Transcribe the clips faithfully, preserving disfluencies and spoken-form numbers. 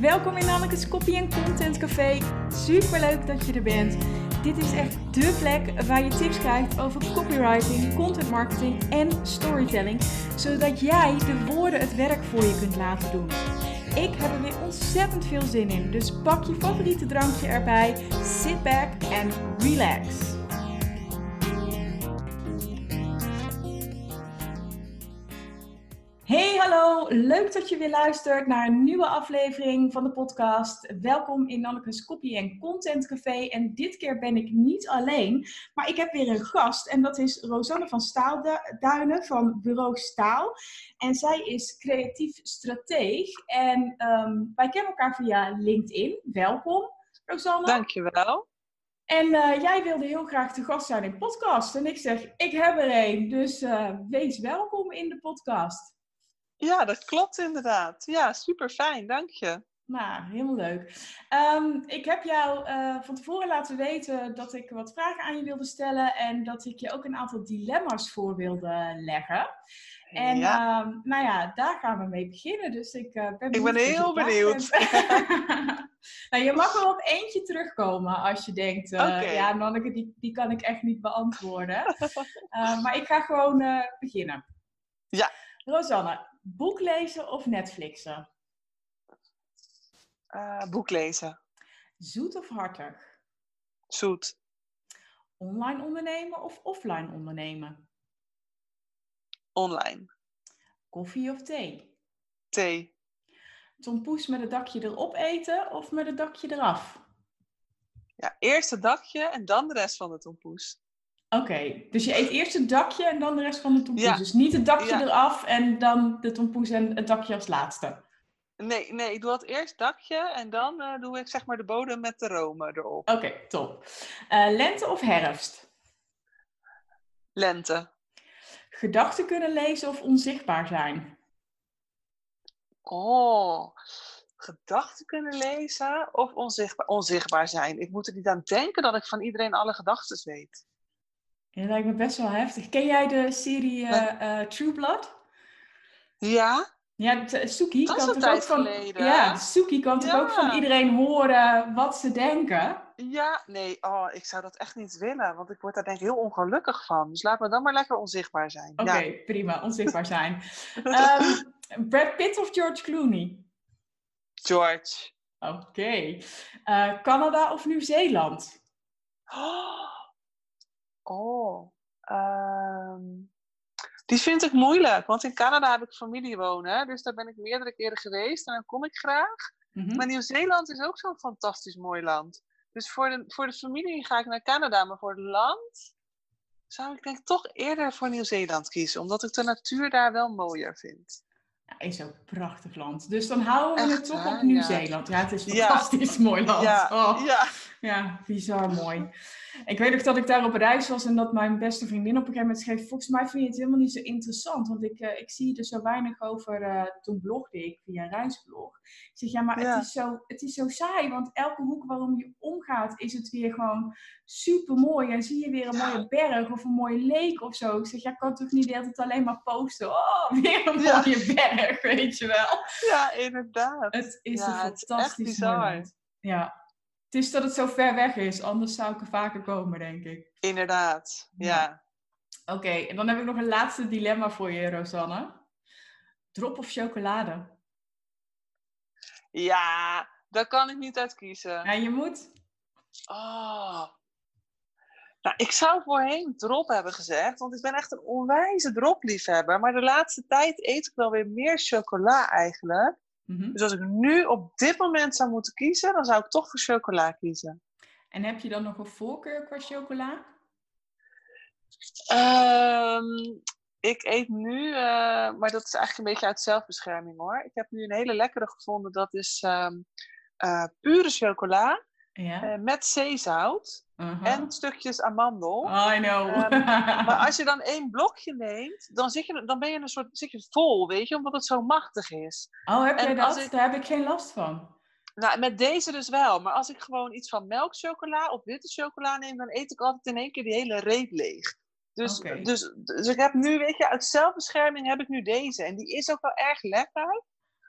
welkom in Nanneke's Copy en Content Café. Super leuk dat je er bent. Dit is echt dé plek waar je tips krijgt over copywriting, content marketing en storytelling, zodat jij de woorden het werk voor je kunt laten doen. Ik heb er weer ontzettend veel zin in, dus pak je favoriete drankje erbij, sit back en relax. Hey, hallo! Leuk dat je weer luistert naar een nieuwe aflevering van de podcast. Welkom in Nanneke's Copy en Content Café. En dit keer ben ik niet alleen, maar ik heb weer een gast. En dat is Rosanne van Staalduinen van Bureau Staal. En zij is creatief strateeg. En um, wij kennen elkaar via LinkedIn. Welkom, Rosanne. Dankjewel. En uh, jij wilde heel graag te gast zijn in de podcast. En ik zeg, ik heb er een. Dus uh, wees welkom in de podcast. Ja, dat klopt inderdaad. Ja, super fijn, dank je. Nou, helemaal leuk. Um, ik heb jou uh, van tevoren laten weten dat ik wat vragen aan je wilde stellen en dat ik je ook een aantal dilemma's voor wilde leggen. En ja. Uh, nou ja, daar gaan we mee beginnen. Dus ik uh, ben benieuwd. Ik ben heel benieuwd. Nou, je mag wel op eentje terugkomen als je denkt, uh, okay. ja, Nanneke, die, die kan ik echt niet beantwoorden. uh, maar ik ga gewoon uh, beginnen. Ja. Rosanne, boek lezen of Netflixen? Uh, boek lezen. Zoet of hartig? Zoet. Online ondernemen of offline ondernemen? Online. Koffie of thee? Thee. Tompoes met het dakje erop eten of met het dakje eraf? Ja, eerst het dakje en dan de rest van de tompoes. Oké, okay, dus je eet eerst het dakje en dan de rest van de tompoes. Ja. Dus niet het dakje ja. eraf en dan de tompoes en het dakje als laatste. Nee, nee, ik doe het eerst dakje en dan uh, doe ik zeg maar de bodem met de room erop. Oké, okay, top. Uh, lente of herfst? Lente. Gedachten kunnen lezen of onzichtbaar zijn? Oh, gedachten kunnen lezen of onzichtbaar, onzichtbaar zijn. Ik moet er niet aan denken dat ik van iedereen alle gedachten weet. Ja, dat lijkt me best wel heftig. Ken jij de serie uh, uh, True Blood? Ja. Ja, Suki dat kan is toch een ook van, geleden. ja, Suki kan ja. toch ook van iedereen horen wat ze denken? Ja, nee, oh, ik zou dat echt niet willen, want ik word daar denk ik heel ongelukkig van. Dus laat me dan maar lekker onzichtbaar zijn. Oké, okay, ja. prima, onzichtbaar zijn. um, Brad Pitt of George Clooney? George. Oké. Okay. Uh, Canada of Nieuw-Zeeland? Oh, oh um... die vind ik moeilijk, want in Canada heb ik familie wonen, dus daar ben ik meerdere keren geweest en dan kom ik graag. Mm-hmm. Maar Nieuw-Zeeland is ook zo'n fantastisch mooi land. Dus voor de, voor de familie ga ik naar Canada, maar voor het land zou ik denk toch eerder voor Nieuw-Zeeland kiezen, omdat ik de natuur daar wel mooier vind. Ja, is ook een prachtig land. Dus dan houden we Echt, het toch hè? op Nieuw-Zeeland. Ja, het is een ja. fantastisch mooi land. Ja. Oh. Ja. ja, bizar mooi. Ik weet nog dat ik daar op reis was en dat mijn beste vriendin op een gegeven moment schreef, volgens mij vind je het helemaal niet zo interessant, want ik, uh, ik zie er zo weinig over, uh, toen blogde ik via een reisblog. Ik zeg, ja, maar ja. Het, is zo, het is zo saai, want elke hoek waarom je omgaat is het weer gewoon super mooi en zie je weer een mooie berg of een mooie leek of zo. Ik zeg, ja, ik kan toch niet de hele tijd alleen maar posten, oh, weer een ja. mooie berg, weet je wel. Ja, inderdaad. Het is ja, een fantastisch mooi land. Ja. Het is dat het zo ver weg is, anders zou ik er vaker komen, denk ik. Inderdaad, ja. ja. Oké, okay, en dan heb ik nog een laatste dilemma voor je, Rosanne. Drop of chocolade? Ja, daar kan ik niet uit kiezen. Ja, je moet. Oh. Nou, ik zou voorheen drop hebben gezegd, want ik ben echt een onwijze dropliefhebber. Maar de laatste tijd eet ik wel weer meer chocola eigenlijk. Mm-hmm. Dus als ik nu op dit moment zou moeten kiezen, dan zou ik toch voor chocola kiezen. En heb je dan nog een voorkeur qua chocola? Um, ik eet nu, uh, maar dat is eigenlijk een beetje uit zelfbescherming hoor. Ik heb nu een hele lekkere gevonden, dat is um, uh, pure chocola ja. uh, met zeezout. Uh-huh. En stukjes amandel. I know. Um, maar als je dan één blokje neemt, dan, zit je, dan ben je een soort zit je vol, weet je, omdat het zo machtig is. Oh, heb en jij dat? Ik... Daar heb ik geen last van. Nou, met deze dus wel. Maar als ik gewoon iets van melkchocola of witte chocola neem, dan eet ik altijd in één keer die hele reep leeg. Dus, okay. dus, dus ik heb nu, weet je, uit zelfbescherming heb ik nu deze. En die is ook wel erg lekker.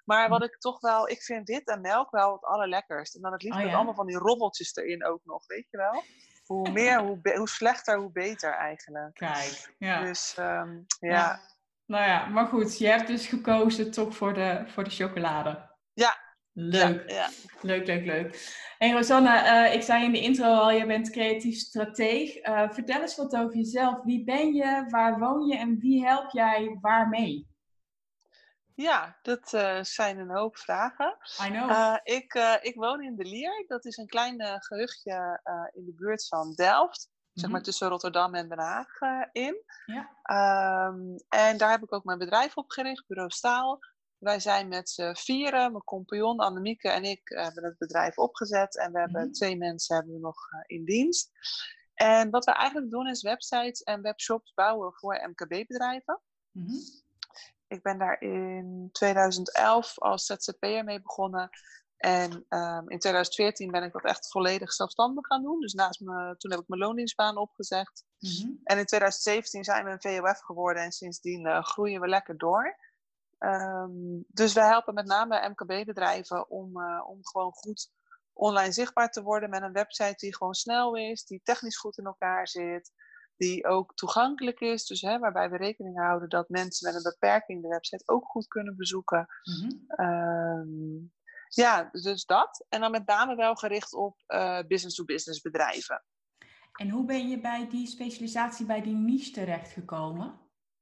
Maar wat ik toch wel, ik vind wit en melk wel het allerlekkerst. En dan het liefst Oh met ja? allemaal van die robbeltjes erin ook nog, weet je wel? Hoe meer, hoe, be- hoe slechter, hoe beter eigenlijk. Kijk, ja. Dus um, ja. ja. Nou ja, maar goed, je hebt dus gekozen toch voor de, voor de chocolade. Ja. Leuk. Ja, ja. Leuk, leuk, leuk. En Rosanna, uh, ik zei in de intro al, je bent creatief strateeg. Uh, vertel eens wat over jezelf. Wie ben je, waar woon je en wie help jij waarmee? Ja, dat uh, zijn een hoop vragen. I know. Uh, ik, uh, ik woon in De Lier. Dat is een klein uh, gehuchtje uh, in de buurt van Delft. Mm-hmm. Zeg maar tussen Rotterdam en Den Haag uh, in. Ja. Um, en daar heb ik ook mijn bedrijf opgericht, Bureau Staal. Wij zijn met z'n vieren, mijn compagnon Annemieke en ik uh, hebben het bedrijf opgezet. En we hebben mm-hmm. twee mensen hebben we nog uh, in dienst. En wat we eigenlijk doen is websites en webshops bouwen voor M K B-bedrijven. Mm-hmm. Ik ben daar in tweeduizend elf als Z Z P'er mee begonnen. En um, in tweeduizend veertien ben ik dat echt volledig zelfstandig gaan doen. Dus naast me, toen heb ik mijn loondienstbaan opgezegd. Mm-hmm. En in tweeduizend zeventien zijn we een V O F geworden. En sindsdien uh, groeien we lekker door. Um, dus wij helpen met name M K B-bedrijven om, uh, om gewoon goed online zichtbaar te worden. Met een website die gewoon snel is. Die technisch goed in elkaar zit. Die ook toegankelijk is, dus hè, waarbij we rekening houden dat mensen met een beperking de website ook goed kunnen bezoeken. Mm-hmm. Um, ja, dus dat. En dan met name wel gericht op uh, business-to-business bedrijven. En hoe ben je bij die specialisatie, bij die niche terechtgekomen?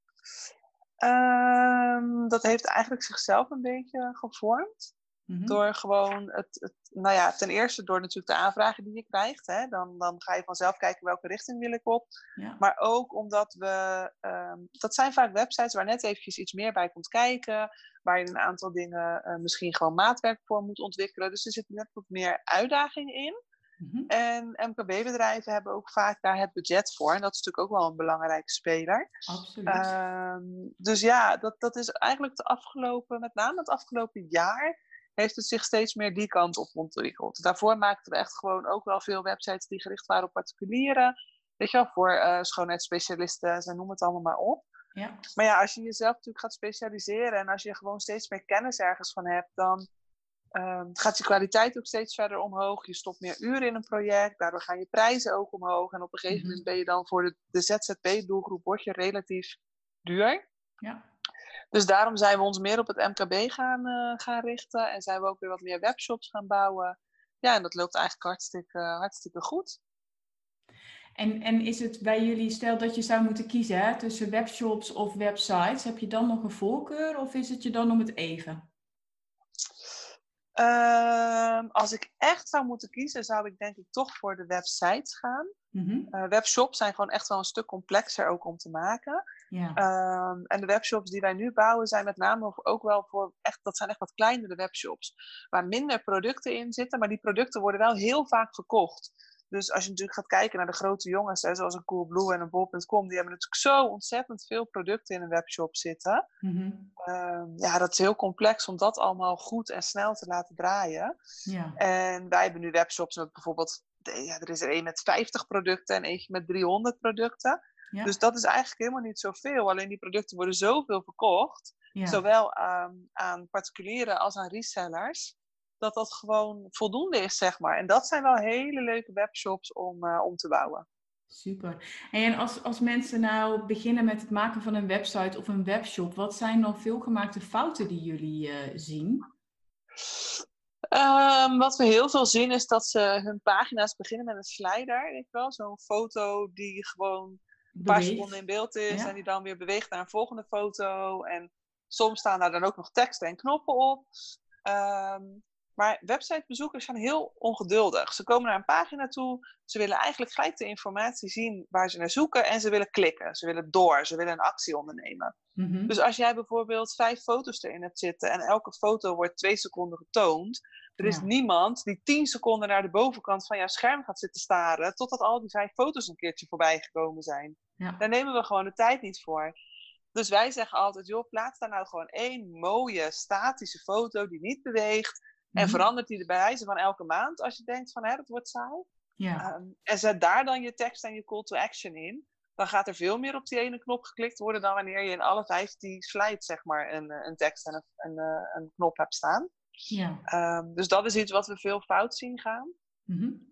Um, dat heeft eigenlijk zichzelf een beetje gevormd. Mm-hmm. Door gewoon het, het, nou ja, ten eerste door natuurlijk de aanvragen die je krijgt. Hè? Dan, dan ga je vanzelf kijken welke richting wil ik op. Ja. Maar ook omdat we, um, dat zijn vaak websites waar net eventjes iets meer bij komt kijken. Waar je een aantal dingen uh, misschien gewoon maatwerk voor moet ontwikkelen. Dus er zit net wat meer uitdaging in. Mm-hmm. En M K B-bedrijven hebben ook vaak daar het budget voor. En dat is natuurlijk ook wel een belangrijke speler. Absoluut. Um, dus ja, dat, dat is eigenlijk de afgelopen, met name het afgelopen jaar, heeft het zich steeds meer die kant op ontwikkeld. Daarvoor maakten we echt gewoon ook wel veel websites die gericht waren op particulieren. Weet je wel, voor uh, schoonheidsspecialisten, ze noemen het allemaal maar op. Ja. Maar ja, als je jezelf natuurlijk gaat specialiseren en als je gewoon steeds meer kennis ergens van hebt, dan um, gaat je kwaliteit ook steeds verder omhoog. Je stopt meer uren in een project, daardoor gaan je prijzen ook omhoog. En op een gegeven mm-hmm. moment ben je dan voor de, de Z Z P-doelgroep word je relatief duur. Ja. Dus daarom zijn we ons meer op het M K B gaan, uh, gaan richten. En zijn we ook weer wat meer webshops gaan bouwen. Ja, en dat loopt eigenlijk hartstikke, uh, hartstikke goed. En, en is het bij jullie, stel dat je zou moeten kiezen hè, tussen webshops of websites. Heb je dan nog een voorkeur of is het je dan om het even? Uh, als ik echt zou moeten kiezen, zou ik denk ik toch voor de websites gaan. Mm-hmm. Uh, webshops zijn gewoon echt wel een stuk complexer ook om te maken. Ja. Um, en de webshops die wij nu bouwen zijn met name ook wel voor echt, dat zijn echt wat kleinere webshops. Waar minder producten in zitten, maar die producten worden wel heel vaak gekocht. Dus als je natuurlijk gaat kijken naar de grote jongens, hè, zoals een Coolblue en een bol punt com, die hebben natuurlijk zo ontzettend veel producten in een webshop zitten. Mm-hmm. Um, ja, dat is heel complex om dat allemaal goed en snel te laten draaien. Ja. En wij hebben nu webshops met bijvoorbeeld, ja, er is er een met vijftig producten en eentje met driehonderd producten. Ja. Dus dat is eigenlijk helemaal niet zoveel. Alleen die producten worden zoveel verkocht. Ja. Zowel aan, aan particulieren als aan resellers. Dat dat gewoon voldoende is, zeg maar. En dat zijn wel hele leuke webshops om, uh, om te bouwen. Super. En als, als mensen nou beginnen met het maken van een website of een webshop. Wat zijn dan veelgemaakte fouten die jullie uh, zien? Um, wat we heel veel zien is dat ze hun pagina's beginnen met een slider. Weet je wel? Zo'n foto die gewoon een paar seconden in beeld is. Ja. En die dan weer beweegt naar een volgende foto. En soms staan daar dan ook nog teksten en knoppen op. Um, maar websitebezoekers zijn heel ongeduldig. Ze komen naar een pagina toe. Ze willen eigenlijk gelijk de informatie zien waar ze naar zoeken. En ze willen klikken. Ze willen door. Ze willen een actie ondernemen. Mm-hmm. Dus als jij bijvoorbeeld vijf foto's erin hebt zitten. En elke foto wordt twee seconden getoond. Er is ja. niemand die tien seconden naar de bovenkant van jouw scherm gaat zitten staren. Totdat al die vijf foto's een keertje voorbij gekomen zijn. Ja. Daar nemen we gewoon de tijd niet voor. Dus wij zeggen altijd, joh, plaats daar nou gewoon één mooie statische foto die niet beweegt. En mm-hmm. verandert die bij wijze van elke maand als je denkt van, hè, dat wordt saai. Ja. Um, en zet daar dan je tekst en je call to action in. dan gaat er veel meer op die ene knop geklikt worden dan wanneer je in alle vijftien slides zeg maar een, een tekst en een, een, een knop hebt staan. Ja. Um, dus dat is iets wat we veel fout zien gaan. Mm-hmm.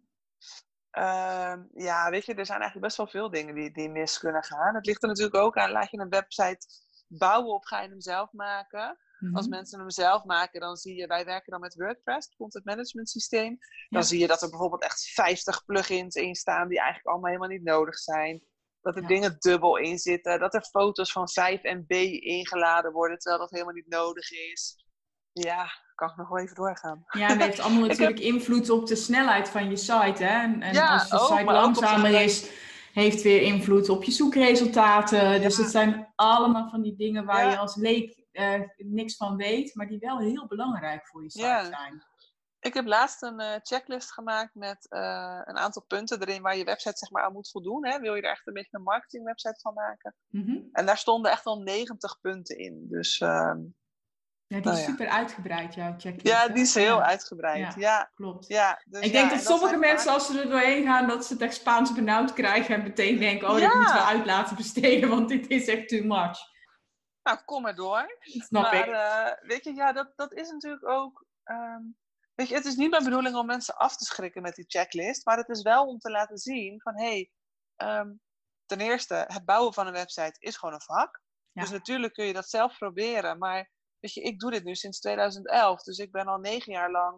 Um, ja, weet je, er zijn eigenlijk best wel veel dingen die, die mis kunnen gaan. Het ligt er natuurlijk ook aan, laat je een website bouwen of ga je hem zelf maken? Mm-hmm. Als mensen hem zelf maken, dan zie je, wij werken dan met WordPress, het content management systeem. Dan ja. zie je dat er bijvoorbeeld echt vijftig plugins in staan die eigenlijk allemaal helemaal niet nodig zijn. Dat er ja. dingen dubbel in zitten, dat er foto's van vijf megabyte ingeladen worden, terwijl dat helemaal niet nodig is. Ja, kan ik nog wel even doorgaan. Ja, en dat heeft allemaal natuurlijk heb... invloed op de snelheid van je site, hè? En, en ja, als je ook, site langzamer de... is, heeft weer invloed op je zoekresultaten. Ja. Dus het zijn allemaal van die dingen waar ja. je als leek uh, niks van weet, maar die wel heel belangrijk voor je site ja. zijn. Ik heb laatst een uh, checklist gemaakt met uh, een aantal punten erin waar je website zeg maar aan moet voldoen. Hè? Wil je er echt een beetje een marketingwebsite van maken? Mm-hmm. En daar stonden echt wel negentig punten in. Dus... Uh, Ja, die is nou, super ja. uitgebreid, jouw checklist. Ja, die is heel ja. uitgebreid. Ja, ja. Klopt. Ja, dus ik denk ja, dat sommige dat mensen, vaak... als ze er doorheen gaan, dat ze het echt Spaans benauwd krijgen en meteen denken, oh, ja. dit moeten we uit laten besteden, want dit is echt too much. Nou, kom maar door. Snap maar, ik. Uh, weet je, ja, dat, dat is natuurlijk ook... Um, weet je, het is niet mijn bedoeling om mensen af te schrikken met die checklist, maar het is wel om te laten zien van, hé, hey, um, ten eerste, het bouwen van een website is gewoon een vak. Ja. Dus natuurlijk kun je dat zelf proberen, maar weet je, ik doe dit nu sinds tweeduizend elf, dus ik ben al negen jaar lang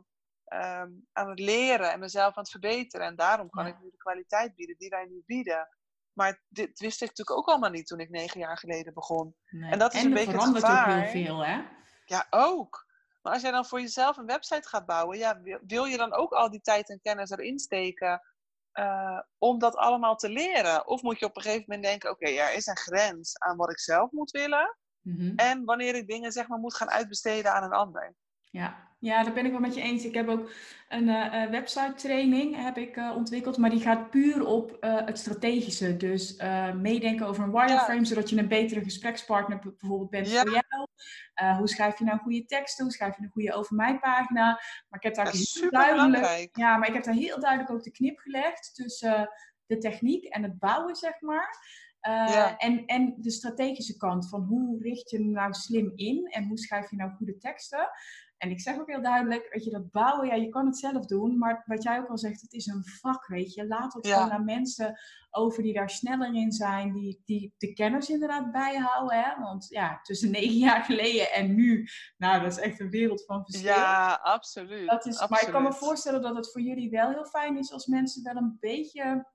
um, aan het leren en mezelf aan het verbeteren. En daarom kan ja. ik nu de kwaliteit bieden die wij nu bieden. Maar dit wist ik natuurlijk ook allemaal niet toen ik negen jaar geleden begon. Nee. En dat is en een beetje het gevaar. En er verandert ook heel veel, hè? Ja, ook. Maar als jij dan voor jezelf een website gaat bouwen, ja, wil je dan ook al die tijd en kennis erin steken uh, om dat allemaal te leren? Of moet je op een gegeven moment denken, oké, okay, er is een grens aan wat ik zelf moet willen. Mm-hmm. En wanneer ik dingen zeg maar moet gaan uitbesteden aan een ander. Ja. ja, daar ben ik wel met je eens. Ik heb ook een uh, website training heb ik, uh, ontwikkeld, maar die gaat puur op uh, het strategische. Dus uh, meedenken over een wireframe, ja. zodat je een betere gesprekspartner b- bijvoorbeeld bent ja. voor jou. Uh, hoe schrijf je nou goede teksten? Hoe schrijf je een goede over mij pagina? Maar ik heb daar heel duidelijk, ja, maar ik heb daar heel duidelijk ook de knip gelegd tussen uh, de techniek en het bouwen, zeg maar. Uh, ja. en, en de strategische kant van hoe richt je nou slim in en hoe schrijf je nou goede teksten. En ik zeg ook heel duidelijk, weet je, dat bouwen, ja, je kan het zelf doen, maar wat jij ook al zegt, het is een vak, weet je. Laat het ja. gewoon aan mensen over die daar sneller in zijn, die, die de kennis inderdaad bijhouden, hè. Want ja, tussen negen jaar geleden en nu, nou, dat is echt een wereld van verschil. Ja, absoluut. Dat is, absoluut. Maar ik kan me voorstellen dat het voor jullie wel heel fijn is als mensen wel een beetje...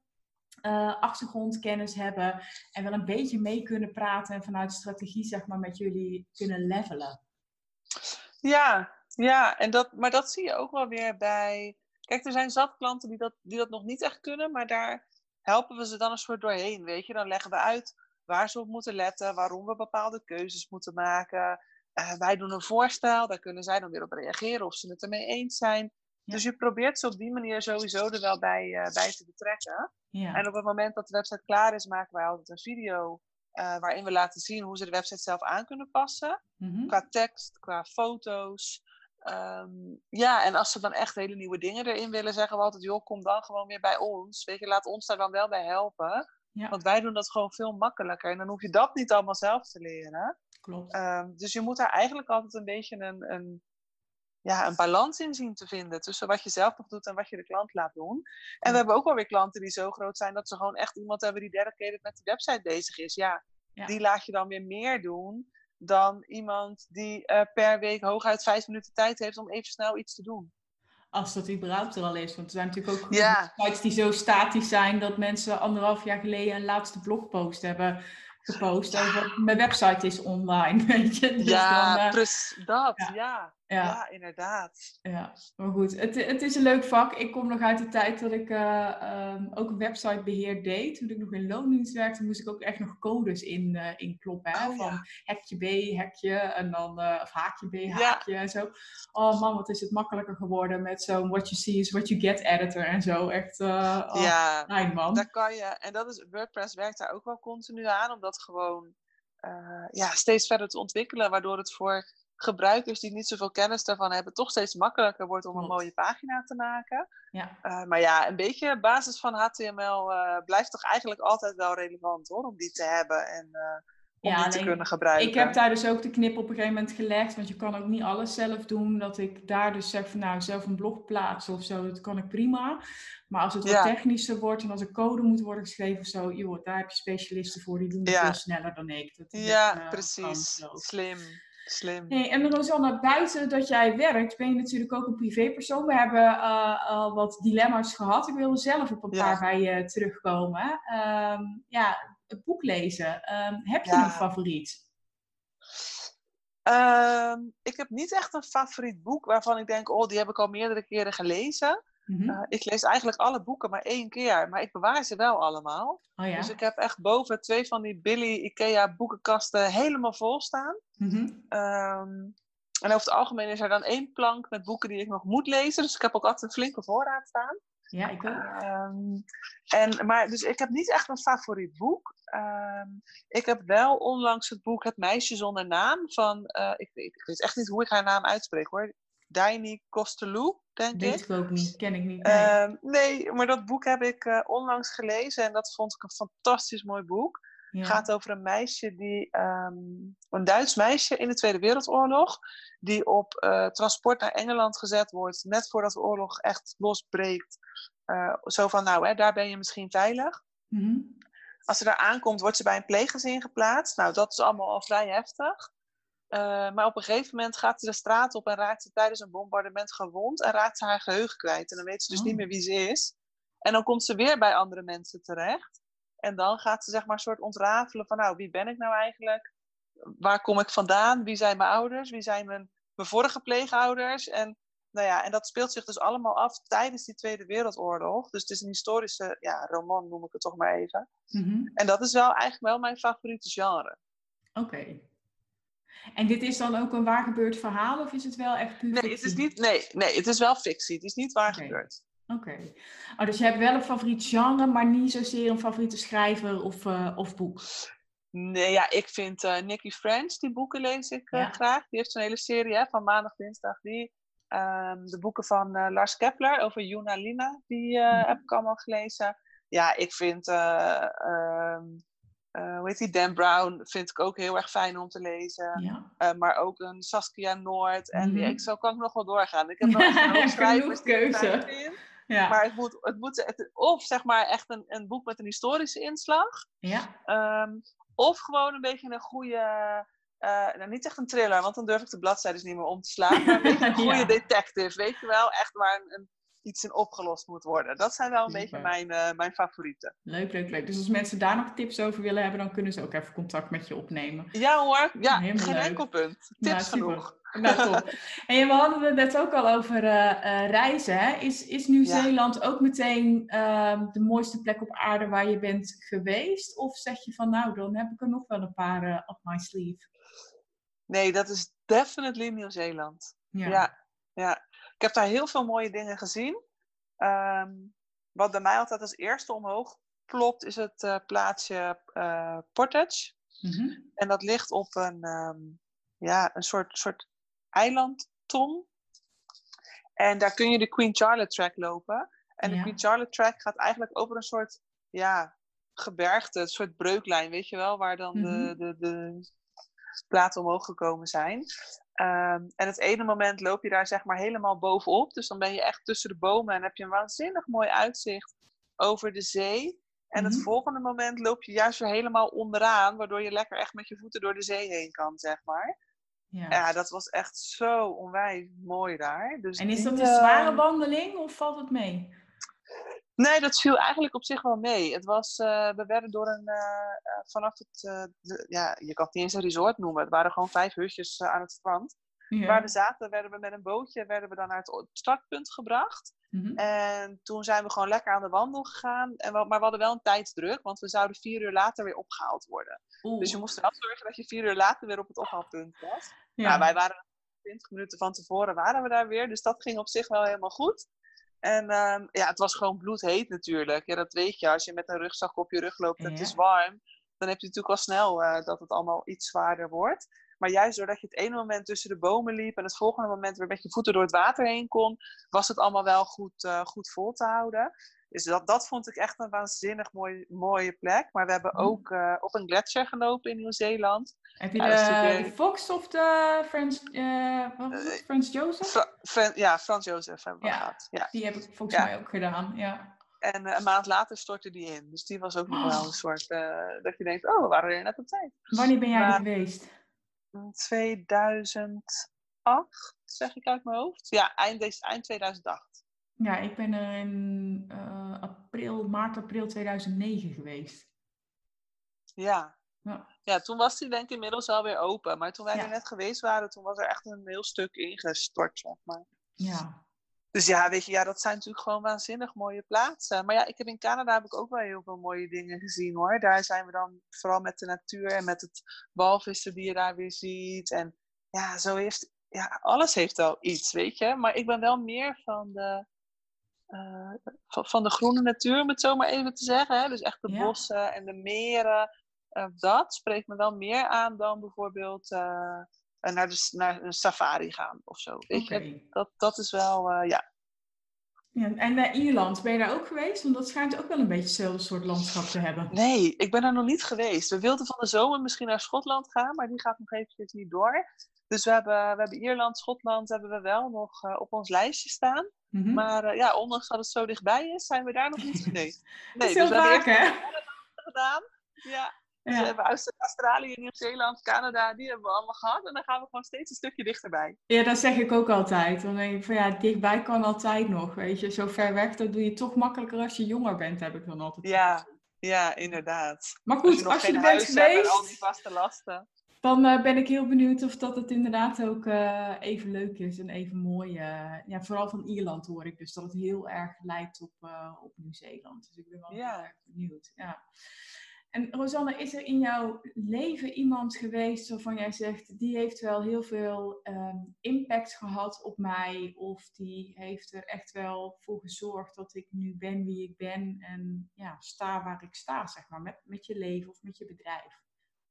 Uh, achtergrondkennis hebben en wel een beetje mee kunnen praten en vanuit strategie zeg maar met jullie kunnen levelen. Ja, ja en dat, maar dat zie je ook wel weer bij... Kijk, er zijn zat klanten die dat, die dat nog niet echt kunnen, maar daar helpen we ze dan een soort doorheen, weet je. Dan leggen we uit waar ze op moeten letten, waarom we bepaalde keuzes moeten maken. Uh, wij doen een voorstel, daar kunnen zij dan weer op reageren of ze het ermee eens zijn. Ja. Dus je probeert ze op die manier sowieso er wel bij, uh, bij te betrekken. Ja. En op het moment dat de website klaar is, maken wij altijd een video uh, waarin we laten zien hoe ze de website zelf aan kunnen passen. Mm-hmm. Qua tekst, qua foto's. Um, ja, en als ze dan echt hele nieuwe dingen erin willen, zeggen we altijd, joh, kom dan gewoon weer bij ons. Weet je, laat ons daar dan wel bij helpen. Ja. Want wij doen dat gewoon veel makkelijker. En dan hoef je dat niet allemaal zelf te leren. Klopt. Um, dus je moet daar eigenlijk altijd een beetje een... een ja, een balans in zien te vinden tussen wat je zelf nog doet en wat je de klant laat doen. En ja. we hebben ook wel weer klanten die zo groot zijn dat ze gewoon echt iemand hebben die dedicated met die website bezig is. Ja, ja. die laat je dan weer meer doen dan iemand die uh, per week hooguit vijf minuten tijd heeft om even snel iets te doen. Als dat überhaupt er al is. Want er zijn natuurlijk ook ja. sites die zo statisch zijn dat mensen anderhalf jaar geleden een laatste blogpost hebben gepost ja. over mijn website is online, weet je. Dus ja, dan, uh, precies dat. Ja. Ja. Ja. ja, inderdaad. Ja, maar goed. Het, het is een leuk vak. Ik kom nog uit de tijd dat ik uh, um, ook een websitebeheer deed. Toen ik nog in loondienst werkte, moest ik ook echt nog codes in, uh, inkloppen. Hè? Oh, van ja. hekje B, hekje, en dan, uh, of haakje B, haakje ja. en zo. Oh man, wat is het makkelijker geworden met zo'n what you see is what you get editor en zo. Echt, uh, oh, ja, fijn man. Daar kan je, en dat is, WordPress werkt daar ook wel continu aan, om dat gewoon uh, ja, steeds verder te ontwikkelen, waardoor het voor gebruikers die niet zoveel kennis daarvan hebben, toch steeds makkelijker wordt om Klopt. een mooie pagina te maken. Ja. Uh, maar ja, een beetje basis van H T M L uh, blijft toch eigenlijk altijd wel relevant hoor, om die te hebben en uh, om ja, die te kunnen gebruiken. Ik heb daar dus ook de knip op een gegeven moment gelegd, want je kan ook niet alles zelf doen. Dat ik daar dus zeg van nou, zelf een blog plaatsen of zo, dat kan ik prima. Maar als het wat ja. technischer wordt en als er code moet worden geschreven of zo, joh, daar heb je specialisten voor, die doen het ja. veel sneller dan ik. Dat is ja, echt, uh, precies. Slim. Slim. Hey, en Rosanne, buiten dat jij werkt, ben je natuurlijk ook een privépersoon. We hebben uh, al wat dilemma's gehad. Ik wil zelf op een ja. paar bij je terugkomen. Um, ja, het boek lezen. Um, heb je ja. een favoriet? Um, ik heb niet echt een favoriet boek waarvan ik denk, oh, die heb ik al meerdere keren gelezen. Mm-hmm. Uh, ik lees eigenlijk alle boeken maar één keer, maar ik bewaar ze wel allemaal. Oh, ja? Dus ik heb echt boven twee van die Billy Ikea boekenkasten helemaal vol staan. Mm-hmm. Um, en over het algemeen is er dan één plank met boeken die ik nog moet lezen. Dus ik heb ook altijd een flinke voorraad staan. Ja, ik ook. Um, en, maar, dus ik heb niet echt een favoriet boek. Um, ik heb wel onlangs het boek Het meisje zonder naam van, uh, ik, ik weet echt niet hoe ik haar naam uitspreek hoor. Dani Kostelou, denk weet ik. Weet ik ook niet, ken ik niet. Nee, uh, nee maar dat boek heb ik uh, onlangs gelezen en dat vond ik een fantastisch mooi boek. Ja. Het gaat over een meisje die, um, een Duits meisje in de Tweede Wereldoorlog, die op uh, transport naar Engeland gezet wordt, net voordat de oorlog echt losbreekt. Uh, zo van, nou, hè, daar ben je misschien veilig. Mm-hmm. Als ze daar aankomt, wordt ze bij een pleeggezin geplaatst. Nou, dat is allemaal al vrij heftig. Uh, maar op een gegeven moment gaat ze de straat op en raakt ze tijdens een bombardement gewond en raakt ze haar geheugen kwijt. En dan weet ze dus oh. niet meer wie ze is. En dan komt ze weer bij andere mensen terecht. En dan gaat ze zeg maar een soort ontrafelen van, nou, wie ben ik nou eigenlijk? Waar kom ik vandaan? Wie zijn mijn ouders? Wie zijn mijn, mijn vorige pleegouders? En, nou ja, en dat speelt zich dus allemaal af tijdens die Tweede Wereldoorlog. Dus het is een historische ja, roman, noem ik het toch maar even. Mm-hmm. En dat is wel eigenlijk wel mijn favoriete genre. Oké. Okay. En dit is dan ook een waar gebeurd verhaal of is het wel echt puur nee, fictie? Het is niet, nee, nee, het is wel fictie. Het is niet waar okay. gebeurd. Oké. Okay. Oh, dus je hebt wel een favoriet genre, maar niet zozeer een favoriete schrijver of, uh, of boek? Nee, ja, ik vind uh, Nikki French, die boeken lees ik uh, ja. graag. Die heeft zo'n hele serie hè, van maandag, dinsdag. Die, um, de boeken van uh, Lars Kepler over Juna Lina, die uh, mm-hmm. heb ik allemaal gelezen. Ja, ik vind... Uh, um, Uh, hoe heet die? Dan Brown vind ik ook heel erg fijn om te lezen. Ja. Uh, maar ook een Saskia Noord. En mm-hmm. ik, zo kan ik nog wel doorgaan. Ik heb nog echt een hoop schrijvers die ik fijn vind. Ja. Maar het moet, het moet het, of zeg maar echt een, een boek met een historische inslag. Ja. Um, of gewoon een beetje een goede... Uh, nou, niet echt een thriller, want dan durf ik de bladzijden niet meer om te slaan. Maar een beetje een goede ja. detective. Weet je wel? Echt waar een... een iets in opgelost moet worden. Dat zijn wel een Super. beetje mijn, uh, mijn favorieten. Leuk, leuk, leuk. Dus als mensen daar nog tips over willen hebben, dan kunnen ze ook even contact met je opnemen. Ja hoor, ja, Helemaal geen leuk. enkel punt. Tips nou, genoeg. Nou, top. En we hadden het net ook al over uh, uh, reizen. Hè? Is, is Nieuw-Zeeland ja. ook meteen uh, de mooiste plek op aarde waar je bent geweest? Of zeg je van, nou, dan heb ik er nog wel een paar uh, up my sleeve? Nee, dat is definitely Nieuw-Zeeland. Ja. ja, ja. Ik heb daar heel veel mooie dingen gezien. Um, wat bij mij altijd als eerste omhoog plopt, is het uh, plaatsje uh, Portage. Mm-hmm. En dat ligt op een, um, ja, een soort, soort eilandtong. En daar kun je de Queen Charlotte Track lopen. En ja. de Queen Charlotte Track gaat eigenlijk over een soort ja, gebergte, een soort breuklijn, weet je wel, waar dan mm-hmm. de, de, de platen omhoog gekomen zijn. Um, en het ene moment loop je daar zeg maar helemaal bovenop. Dus dan ben je echt tussen de bomen en heb je een waanzinnig mooi uitzicht over de zee. En mm-hmm. het volgende moment loop je juist weer helemaal onderaan, waardoor je lekker echt met je voeten door de zee heen kan, zeg maar. Ja, ja dat was echt zo onwijs mooi daar. Dus en is die, dat een zware wandeling of valt het mee? Nee, dat viel eigenlijk op zich wel mee. Het was, uh, we werden door een, uh, uh, vanaf het, uh, de, ja, je kan het niet eens een resort noemen. Het waren gewoon vijf hutjes uh, aan het strand. Ja. Waar we zaten, werden we met een bootje, werden we dan naar het startpunt gebracht. Mm-hmm. En toen zijn we gewoon lekker aan de wandel gegaan. En we, maar we hadden wel een tijdsdruk, want we zouden vier uur later weer opgehaald worden. Oeh. Dus je moest wel zorgen dat je vier uur later weer op het ophaalpunt was. Ja. Nou, wij waren twintig minuten van tevoren waren we daar weer, dus dat ging op zich wel helemaal goed. En um, ja, het was gewoon bloedheet natuurlijk. Ja, dat weet je. Als je met een rugzak op je rug loopt en ja. het is warm, dan heb je natuurlijk al snel uh, dat het allemaal iets zwaarder wordt. Maar juist doordat je het ene moment tussen de bomen liep en het volgende moment weer met je voeten door het water heen kon, was het allemaal wel goed, uh, goed vol te houden. Dus dat, dat vond ik echt een waanzinnig mooi, mooie plek. Maar we hebben ook uh, op een gletsjer gelopen in Nieuw-Zeeland. Heb je ja, de, de Fox of de Frans, uh, wat was het? Frans Joseph? Fra- Fra- ja, Frans Joseph hebben we ja, gehad. Ja, die heb ik volgens ja. mij ook gedaan. Ja. En uh, een maand later stortte die in. Dus die was ook nog wel een soort, uh, dat je denkt, oh, we waren er net op tijd. Wanneer ben jij maar, er geweest? tweeduizend acht, zeg ik uit mijn hoofd. Ja, eind, deze, eind tweeduizend acht. Ja, ik ben er in uh, april, maart, april tweeduizend negen geweest. Ja. Ja. Ja, toen was die denk ik inmiddels alweer open. Maar toen wij ja. er net geweest waren, toen was er echt een heel stuk ingestort, zeg maar. Ja. Dus ja, weet je, ja, dat zijn natuurlijk gewoon waanzinnig mooie plaatsen. Maar ja, ik heb in Canada heb ik ook wel heel veel mooie dingen gezien, hoor. Daar zijn we dan vooral met de natuur en met het walvissen die je daar weer ziet. En ja, zo heeft, ja, alles heeft wel iets, weet je. Maar ik ben wel meer van de, uh, van, van de groene natuur, om het zo maar even te zeggen. Hè? Dus echt de ja. bossen en de meren. Uh, dat spreekt me wel meer aan dan bijvoorbeeld uh, naar, de, naar een safari gaan of zo. Weet okay. je, dat, dat is wel, uh, ja. ja. En naar Ierland, ben je daar ook geweest? Want dat schijnt ook wel een beetje hetzelfde soort landschap te hebben. Nee, ik ben daar nog niet geweest. We wilden van de zomer misschien naar Schotland gaan, maar die gaat nog eventjes niet door. Dus we hebben, we hebben Ierland, Schotland hebben we wel nog uh, op ons lijstje staan. Mm-hmm. Maar uh, ja, ondanks dat het zo dichtbij is, zijn we daar nog niet geweest. Nee, dus we vaak, hebben eerst gedaan. Ja. Dus ja. we hebben Australië, Nieuw-Zeeland, Canada, die hebben we allemaal gehad. En dan gaan we gewoon steeds een stukje dichterbij. Ja, dat zeg ik ook altijd. Dan denk ik van ja, dichtbij kan altijd nog, weet je. Zo ver weg, dat doe je toch makkelijker als je jonger bent, heb ik dan altijd. Ja, ja, inderdaad. Maar goed, als je, nog als je er bent geweest, en al die vaste lasten. Dan uh, ben ik heel benieuwd of dat het inderdaad ook uh, even leuk is en even mooi. Uh, ja, vooral van Ierland hoor ik dus dat het heel erg lijkt op, uh, op Nieuw-Zeeland. Dus ik ben wel ja. heel erg benieuwd. Ja. En Rosanne, is er in jouw leven iemand geweest waarvan jij zegt, die heeft wel heel veel um, impact gehad op mij, of die heeft er echt wel voor gezorgd dat ik nu ben wie ik ben en ja, sta waar ik sta, zeg maar, met, met je leven of met je bedrijf?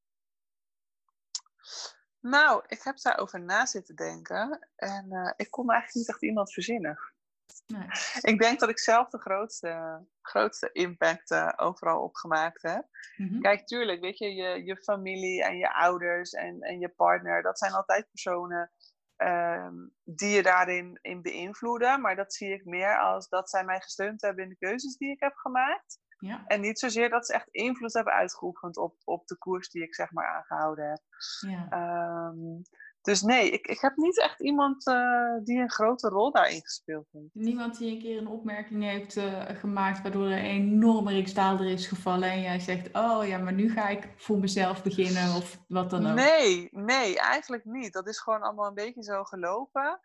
Nou, ik heb daarover na zitten denken en uh, ik kon eigenlijk niet echt iemand verzinnen. Nee. Ik denk dat ik zelf de grootste, grootste impact uh, overal op gemaakt heb. Mm-hmm. Kijk, tuurlijk, weet je, je, je familie en je ouders en, en je partner, dat zijn altijd personen um, die je daarin in beïnvloeden. Maar dat zie ik meer als dat zij mij gesteund hebben in de keuzes die ik heb gemaakt. Ja. En niet zozeer dat ze echt invloed hebben uitgeoefend op, op de koers die ik zeg maar aangehouden heb. Ja. Um, dus nee, ik, ik heb niet echt iemand uh, die een grote rol daarin gespeeld heeft. Niemand die een keer een opmerking heeft uh, gemaakt waardoor er een enorme riksdaalder is gevallen en jij zegt, oh ja, maar nu ga ik voor mezelf beginnen of wat dan ook. Nee, nee, eigenlijk niet. Dat is gewoon allemaal een beetje zo gelopen.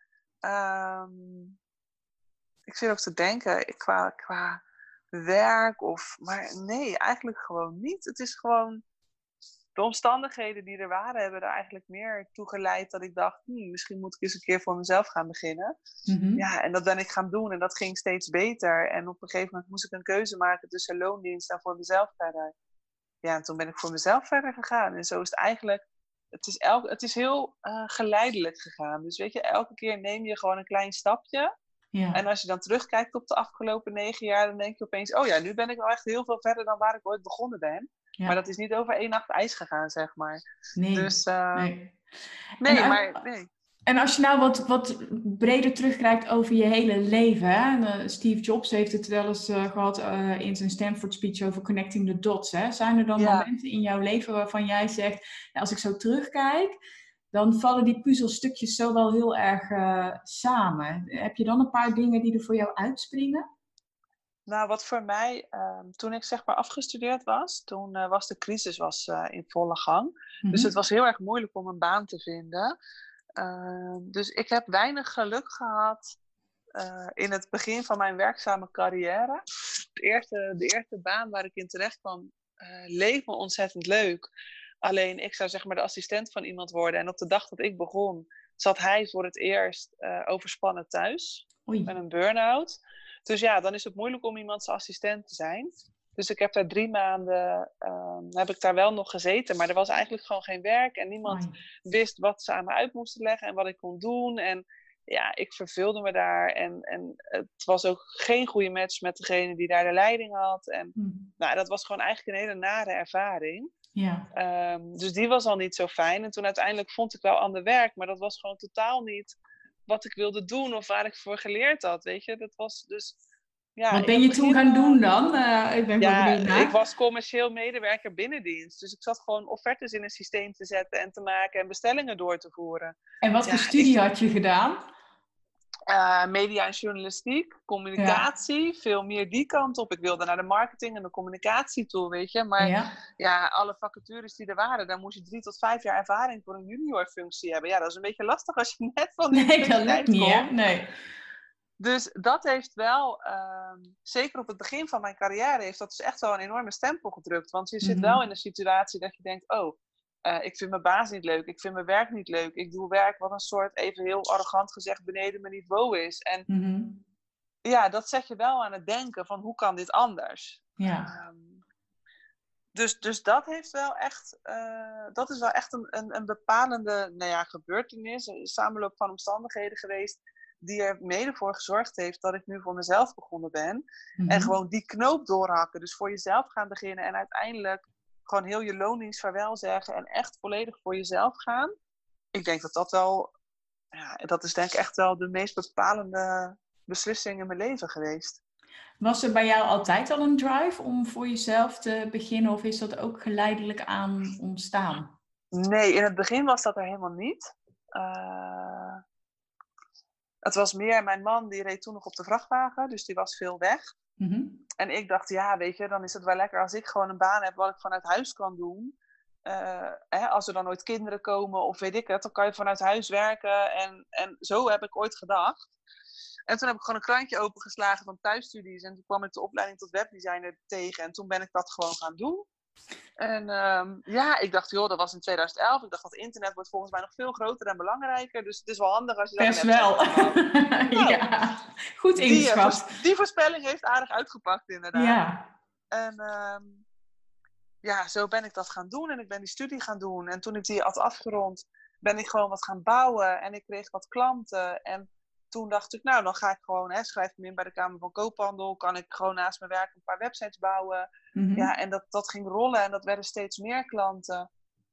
Um, ik zit ook te denken, qua, qua werk of... Maar nee, eigenlijk gewoon niet. Het is gewoon... De omstandigheden die er waren, hebben er eigenlijk meer toe geleid dat ik dacht, hm, misschien moet ik eens een keer voor mezelf gaan beginnen. Mm-hmm. Ja, en dat ben ik gaan doen en dat ging steeds beter. En op een gegeven moment moest ik een keuze maken tussen loondienst en voor mezelf verder. Ja, en toen ben ik voor mezelf verder gegaan. En zo is het eigenlijk, het is, elk, het is heel uh, geleidelijk gegaan. Dus weet je, elke keer neem je gewoon een klein stapje. Ja. En als je dan terugkijkt op de afgelopen negen jaar, dan denk je opeens, oh ja, nu ben ik wel echt heel veel verder dan waar ik ooit begonnen ben. Ja. Maar dat is niet over één nacht ijs gegaan, zeg maar. Nee. Dus, uh, nee. nee, en, maar nee. En als je nou wat, wat breder terugkijkt over je hele leven. Hè? En, uh, Steve Jobs heeft het wel eens uh, gehad uh, in zijn Stanford speech over connecting the dots. Hè? Zijn er dan ja. momenten in jouw leven waarvan jij zegt, nou, als ik zo terugkijk, dan vallen die puzzelstukjes zo wel heel erg uh, samen. Heb je dan een paar dingen die er voor jou uitspringen? Nou, wat voor mij, um, toen ik zeg maar afgestudeerd was, toen uh, was de crisis was, uh, in volle gang. Mm-hmm. Dus het was heel erg moeilijk om een baan te vinden. Uh, dus ik heb weinig geluk gehad uh, in het begin van mijn werkzame carrière. De eerste, de eerste baan waar ik in terecht kwam, uh, leek me ontzettend leuk. Alleen ik zou zeg maar de assistent van iemand worden. En op de dag dat ik begon, zat hij voor het eerst uh, overspannen thuis. Oei. Met een burn-out. Dus ja, dan is het moeilijk om iemand zijn assistent te zijn. Dus ik heb daar drie maanden, um, heb ik daar wel nog gezeten. Maar er was eigenlijk gewoon geen werk. En niemand Ai. wist wat ze aan me uit moesten leggen en wat ik kon doen. En ja, ik verveelde me daar. En, en het was ook geen goede match met degene die daar de leiding had. En Hm. nou, dat was gewoon eigenlijk een hele nare ervaring. Ja. Um, dus die was al niet zo fijn. En toen uiteindelijk vond ik wel ander werk. Maar dat was gewoon totaal niet wat ik wilde doen of waar ik voor geleerd had. Weet je, dat was dus... Ja, Wat in ben het je begin toen gaan wel- doen dan? Uh, ik ben wel Ja, benieuwd naar. ik was commercieel medewerker binnendienst. Dus ik zat gewoon offertes in een systeem te zetten en te maken en bestellingen door te voeren. En wat Ja, voor studie ik- had je gedaan? Uh, media en journalistiek, communicatie, Ja. veel meer die kant op. Ik wilde naar de marketing en de communicatie toe, weet je. Maar ja. Ja. alle vacatures die er waren, daar moest je drie tot vijf jaar ervaring voor een junior functie hebben. Ja, dat is een beetje lastig als je net van de Nee, dat lukt niet, hè? komt. Nee. Dus dat heeft wel, um, zeker op het begin van mijn carrière, heeft dat dus echt wel een enorme stempel gedrukt. Want je zit Mm-hmm. wel in een situatie dat je denkt, oh, uh, ik vind mijn baas niet leuk, ik vind mijn werk niet leuk. Ik doe werk wat een soort, even heel arrogant gezegd, beneden mijn niveau is. En Mm-hmm. ja, dat zet je wel aan het denken van, hoe kan dit anders? Ja. Um, dus, dus dat heeft wel echt, uh, dat is wel echt een, een, een bepalende, nou ja, gebeurtenis, een samenloop van omstandigheden geweest, die er mede voor gezorgd heeft dat ik nu voor mezelf begonnen ben. Mm-hmm. En gewoon die knoop doorhakken. Dus voor jezelf gaan beginnen en uiteindelijk gewoon heel je loondienst vaarwel zeggen en echt volledig voor jezelf gaan. Ik denk dat dat wel, ja, dat is denk ik echt wel de meest bepalende beslissing in mijn leven geweest. Was er bij jou altijd al een drive om voor jezelf te beginnen of is dat ook geleidelijk aan ontstaan? Nee, in het begin was dat er helemaal niet. Uh, Het was meer, mijn man die reed toen nog op de vrachtwagen, dus die was veel weg. Mm-hmm. En ik dacht, ja, weet je, dan is het wel lekker als ik gewoon een baan heb wat ik vanuit huis kan doen. Uh, hè, als er dan ooit kinderen komen of weet ik het, dan kan je vanuit huis werken. En, en zo heb ik ooit gedacht. En toen heb ik gewoon een krantje opengeslagen van thuisstudies. En toen kwam ik de opleiding tot webdesigner tegen. En toen ben ik dat gewoon gaan doen. En um, ja, ik dacht, joh, dat was in tweeduizend elf. Ik dacht, dat internet wordt volgens mij nog veel groter en belangrijker. Dus het is wel handig als je dat Best wel. nou, ja, goed die, ingeschat. Uh, die voorspelling heeft aardig uitgepakt, inderdaad. Ja. En um, ja, zo ben ik dat gaan doen. En ik ben die studie gaan doen. En toen ik die had afgerond, ben ik gewoon wat gaan bouwen. En ik kreeg wat klanten. En toen dacht ik, nou, dan ga ik gewoon, hè, schrijf ik me in bij de Kamer van Koophandel. Kan ik gewoon naast mijn werk een paar websites bouwen. Mm-hmm. Ja, en dat, dat ging rollen en dat werden steeds meer klanten.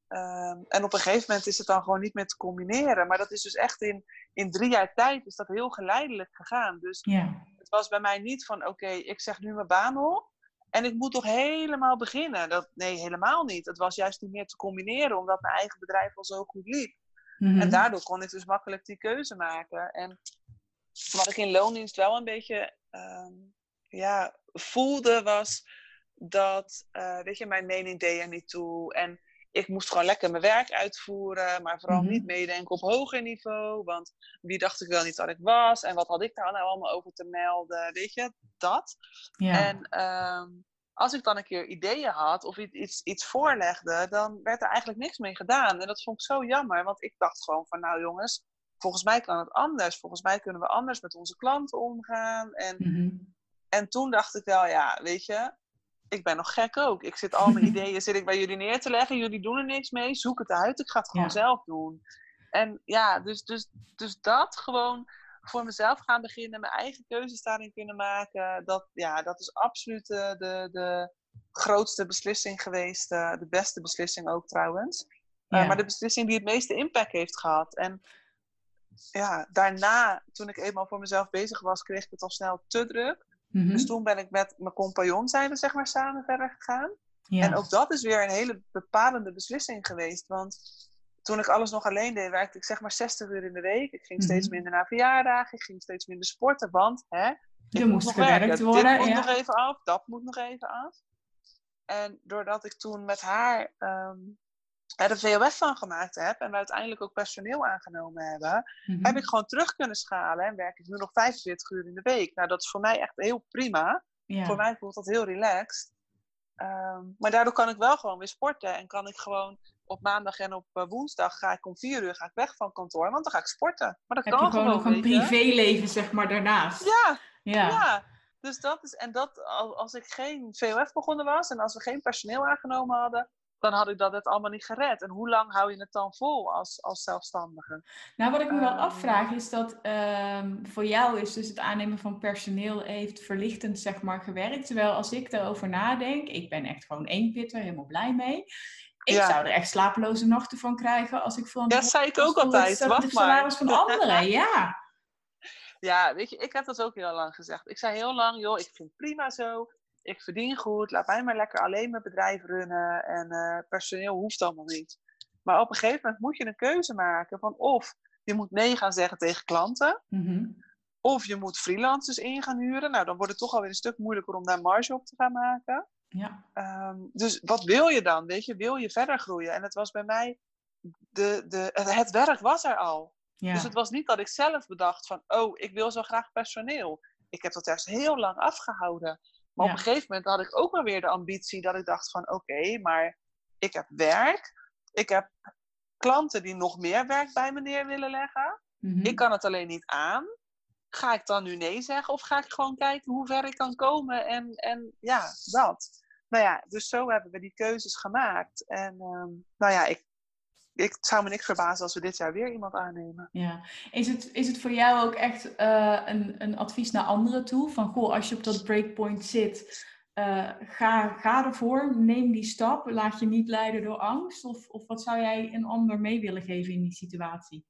Um, en op een gegeven moment is het dan gewoon niet meer te combineren. Maar dat is dus echt in, in drie jaar tijd is dat heel geleidelijk gegaan. Dus yeah. Het was bij mij niet van, oké, okay, ik zeg nu mijn baan op. En ik moet toch helemaal beginnen. Dat, nee, helemaal niet. Het was juist niet meer te combineren, omdat mijn eigen bedrijf al zo goed liep. Mm-hmm. En daardoor kon ik dus makkelijk die keuze maken. En wat ik in loondienst wel een beetje um, ja, voelde was dat, uh, weet je, mijn mening deed er niet toe. En ik moest gewoon lekker mijn werk uitvoeren, maar vooral mm-hmm. niet meedenken op hoger niveau. Want wie dacht ik wel niet dat ik was? En wat had ik daar nou allemaal over te melden? Weet je, dat. Ja. En um, als ik dan een keer ideeën had of iets, iets voorlegde, dan werd er eigenlijk niks mee gedaan. En dat vond ik zo jammer, want ik dacht gewoon van, nou jongens, volgens mij kan het anders. Volgens mij kunnen we anders met onze klanten omgaan. En, mm-hmm. en toen dacht ik wel, ja, weet je, ik ben nog gek ook. Ik zit al mijn ideeën zit ik bij jullie neer te leggen. Jullie doen er niks mee. Zoek het uit. Ik ga het gewoon ja. zelf doen. En ja, dus, dus, dus dat gewoon voor mezelf gaan beginnen. Mijn eigen keuzes daarin kunnen maken. Dat, ja, dat is absoluut de, de, de grootste beslissing geweest. De beste beslissing ook trouwens. Ja. Uh, maar de beslissing die het meeste impact heeft gehad. En ja, daarna, toen ik eenmaal voor mezelf bezig was, kreeg ik het al snel te druk. Mm-hmm. Dus toen ben ik met mijn compagnon zijn we zeg maar samen verder gegaan. Ja. En ook dat is weer een hele bepalende beslissing geweest. Want toen ik alles nog alleen deed, werkte ik zeg maar zestig uur in de week. Ik ging mm-hmm. steeds minder naar verjaardagen. Ik ging steeds minder sporten. Want hè, er moest nog gewerkt werken. worden. Dit moet ja. nog even af. Dat moet nog even af. En doordat ik toen met haar um, er een V O F van gemaakt heb. En we uiteindelijk ook personeel aangenomen hebben. Mm-hmm. Heb ik gewoon terug kunnen schalen. En werk ik nu nog vijfenveertig uur in de week. Nou, dat is voor mij echt heel prima. Ja. Voor mij voelt dat heel relaxed. Um, maar daardoor kan ik wel gewoon weer sporten. En kan ik gewoon op maandag en op uh, woensdag ga ik om vier uur ga ik weg van kantoor. Want dan ga ik sporten. Maar dat heb kan je gewoon, gewoon nog een privéleven zeg maar daarnaast. Ja, ja. ja. Dus dat is, en dat als ik geen V O F begonnen was en als we geen personeel aangenomen hadden, dan had ik dat het allemaal niet gered. En hoe lang hou je het dan vol als, als zelfstandige? Nou, wat ik me wel Um, afvraag is dat um, voor jou is dus het aannemen van personeel heeft verlichtend zeg maar gewerkt. Terwijl als ik daarover nadenk, ik ben echt gewoon één pitter, helemaal blij mee. Ik ja. zou er echt slapeloze nachten van krijgen als ik Ja, zei ik ook altijd. het, Wacht het maar. salaris van anderen. Ja. Ja, weet je, ik heb dat ook heel lang gezegd. Ik zei heel lang, joh, ik vind het prima zo. Ik verdien goed. Laat mij maar lekker alleen mijn bedrijf runnen. En uh, personeel hoeft allemaal niet. Maar op een gegeven moment moet je een keuze maken van of je moet nee gaan zeggen tegen klanten. Mm-hmm. Of je moet freelancers in gaan huren. Nou, dan wordt het toch alweer een stuk moeilijker om daar marge op te gaan maken. Ja. Um, dus wat wil je dan? Weet je, wil je verder groeien? En het was bij mij, de, de, het werk was er al. Ja. Dus het was niet dat ik zelf bedacht van, oh, ik wil zo graag personeel. Ik heb dat juist heel lang afgehouden. Maar ja. op een gegeven moment had ik ook wel weer de ambitie dat ik dacht van, oké, okay, maar ik heb werk. Ik heb klanten die nog meer werk bij me neer willen leggen. Mm-hmm. Ik kan het alleen niet aan. Ga ik dan nu nee zeggen? Of ga ik gewoon kijken hoe ver ik kan komen? En, en ja, dat. Nou ja, dus zo hebben we die keuzes gemaakt. En um, nou ja, ik, ik zou me niks verbazen als we dit jaar weer iemand aannemen. Ja. Is het, is het voor jou ook echt uh, een, een advies naar anderen toe? Van, goh, als je op dat breakpoint zit, uh, ga, ga ervoor. Neem die stap. Laat je niet leiden door angst. Of, of wat zou jij een ander mee willen geven in die situatie?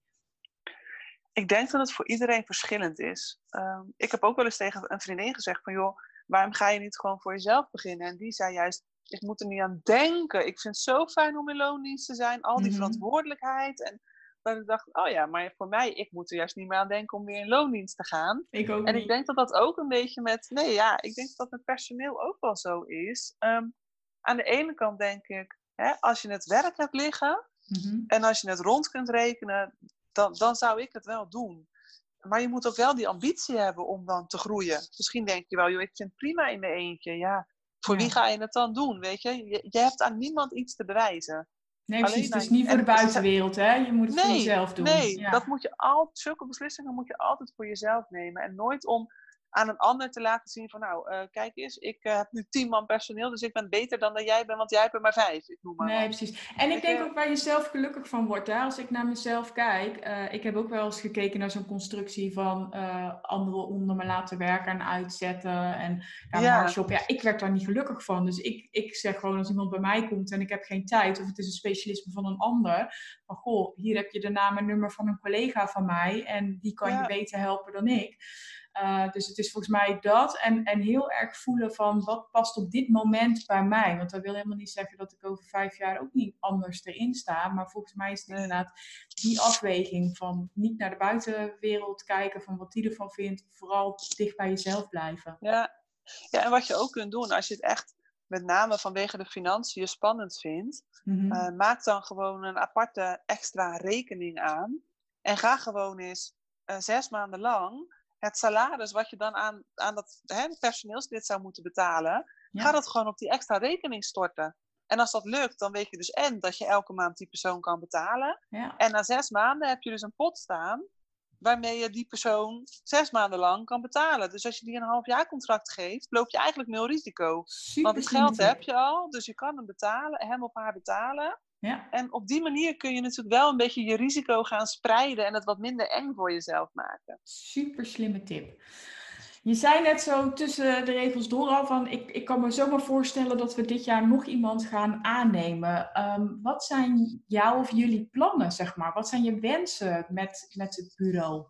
Ik denk dat het voor iedereen verschillend is. Um, ik heb ook wel eens tegen een vriendin gezegd van, joh, waarom ga je niet gewoon voor jezelf beginnen? En die zei juist, ik moet er niet aan denken. Ik vind het zo fijn om in loondienst te zijn. Al die mm-hmm. verantwoordelijkheid. En dat ik dacht, oh ja, maar voor mij, ik moet er juist niet meer aan denken om weer in loondienst te gaan. Ik ook en niet. ik denk dat dat ook een beetje met, nee ja, ik denk dat dat met personeel ook wel zo is. Um, aan de ene kant denk ik, hè, als je het werk hebt liggen mm-hmm. en als je het rond kunt rekenen, Dan, dan zou ik het wel doen. Maar je moet ook wel die ambitie hebben om dan te groeien. Misschien denk je wel, joh, ik vind het prima in mijn eentje. Ja, voor ja. wie ga je het dan doen, weet je? je? Je hebt aan niemand iets te bewijzen. Nee, precies. Het is niet voor de buitenwereld, hè? Je moet het nee, voor jezelf doen. Nee, ja. dat moet je altijd, zulke beslissingen moet je altijd voor jezelf nemen. En nooit om aan een ander te laten zien van, nou, uh, kijk eens, ik uh, heb nu tien man personeel, dus ik ben beter dan dat jij bent, want jij hebt er maar vijf. Ik noem maar nee, wat. precies. En ik Weet denk je... ook waar je zelf gelukkig van wordt. Hè? Als ik naar mezelf kijk, uh, ik heb ook wel eens gekeken naar zo'n constructie van uh, anderen onder me laten werken en uitzetten en daar ja. marge op. Ja, ik werd daar niet gelukkig van. Dus ik, ik zeg gewoon als iemand bij mij komt en ik heb geen tijd, of het is een specialisme van een ander, van goh, hier heb je de naam en nummer van een collega van mij en die kan ja. je beter helpen dan ik. Uh, dus het is volgens mij dat en, en heel erg voelen van wat past op dit moment bij mij. Want dat wil helemaal niet zeggen dat ik over vijf jaar ook niet anders erin sta. Maar volgens mij is het inderdaad die afweging van niet naar de buitenwereld kijken van wat die ervan vindt. Vooral dicht bij jezelf blijven. Ja, ja, en wat je ook kunt doen als je het echt met name vanwege de financiën spannend vindt. Mm-hmm. Uh, maak dan gewoon een aparte extra rekening aan. En ga gewoon eens uh, zes maanden lang het salaris wat je dan aan, aan dat hè, personeelslid zou moeten betalen, ja. ga dat gewoon op die extra rekening storten. En als dat lukt, dan weet je dus en dat je elke maand die persoon kan betalen. Ja. En na zes maanden heb je dus een pot staan waarmee je die persoon zes maanden lang kan betalen. Dus als je die een half jaar contract geeft, loop je eigenlijk nul risico. Super Want het geld heb je al, dus je kan hem betalen, hem of haar betalen. Ja. En op die manier kun je natuurlijk wel een beetje je risico gaan spreiden en het wat minder eng voor jezelf maken. Super slimme tip. Je zei net zo tussen de regels door al van, ik, ik kan me zomaar voorstellen dat we dit jaar nog iemand gaan aannemen. Um, wat zijn jouw of jullie plannen, zeg maar? Wat zijn je wensen met, met het bureau?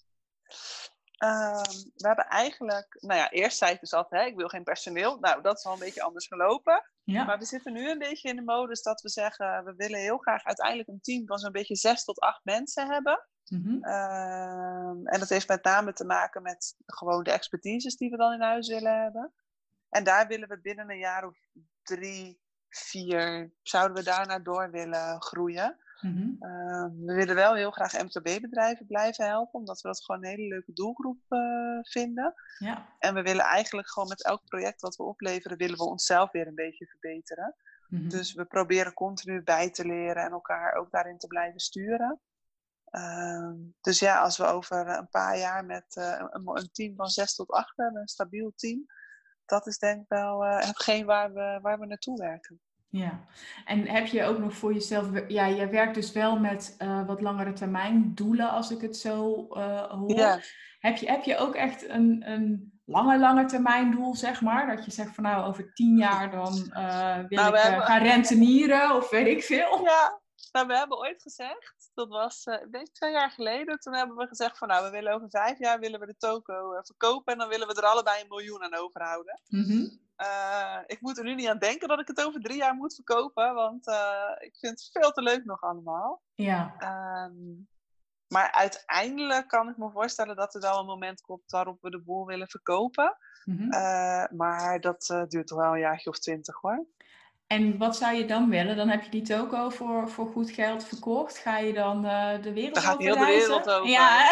Um, we hebben eigenlijk, nou ja, eerst zei ik dus altijd, hè, ik wil geen personeel. Nou, dat is al een beetje anders gelopen. Ja. Maar we zitten nu een beetje in de modus dat we zeggen, we willen heel graag uiteindelijk een team van zo'n beetje zes tot acht mensen hebben. Mm-hmm. Um, en dat heeft met name te maken met gewoon de expertises die we dan in huis willen hebben. En daar willen we binnen een jaar of drie, vier, zouden we daarna door willen groeien. Mm-hmm. Uh, we willen wel heel graag M K B-bedrijven blijven helpen, omdat we dat gewoon een hele leuke doelgroep uh, vinden. Ja. En we willen eigenlijk gewoon met elk project wat we opleveren, willen we onszelf weer een beetje verbeteren. Mm-hmm. Dus we proberen continu bij te leren en elkaar ook daarin te blijven sturen. Um, dus ja, als we over een paar jaar met uh, een, een team van zes tot acht hebben, een stabiel team, dat is denk ik wel uh, hetgeen waar we, waar we naartoe werken. Ja, en heb je ook nog voor jezelf, ja, je werkt dus wel met uh, wat langere termijn doelen, als ik het zo uh, hoor. Ja. Heb je, heb je ook echt een, een lange, lange termijn doel, zeg maar? Dat je zegt van nou, over tien jaar dan uh, wil nou, ik uh, hebben... gaan rentenieren of weet ik veel? Ja, nou, we hebben ooit gezegd, dat was uh, een beetje twee jaar geleden, toen hebben we gezegd van nou, we willen over vijf jaar willen we de toko uh, verkopen en dan willen we er allebei een miljoen aan overhouden. Mm-hmm. Uh, ik moet er nu niet aan denken dat ik het over drie jaar moet verkopen, want uh, ik vind het veel te leuk nog allemaal. Ja. Um, maar uiteindelijk kan ik me voorstellen dat er wel een moment komt waarop we de boel willen verkopen. Mm-hmm. Uh, maar dat uh, duurt toch wel een jaartje of twintig hoor. En wat zou je dan willen? Dan heb je die toko voor, voor goed geld verkocht. Ga je dan uh, de wereld over reizen? Dan gaat heel de wereld over. Ja,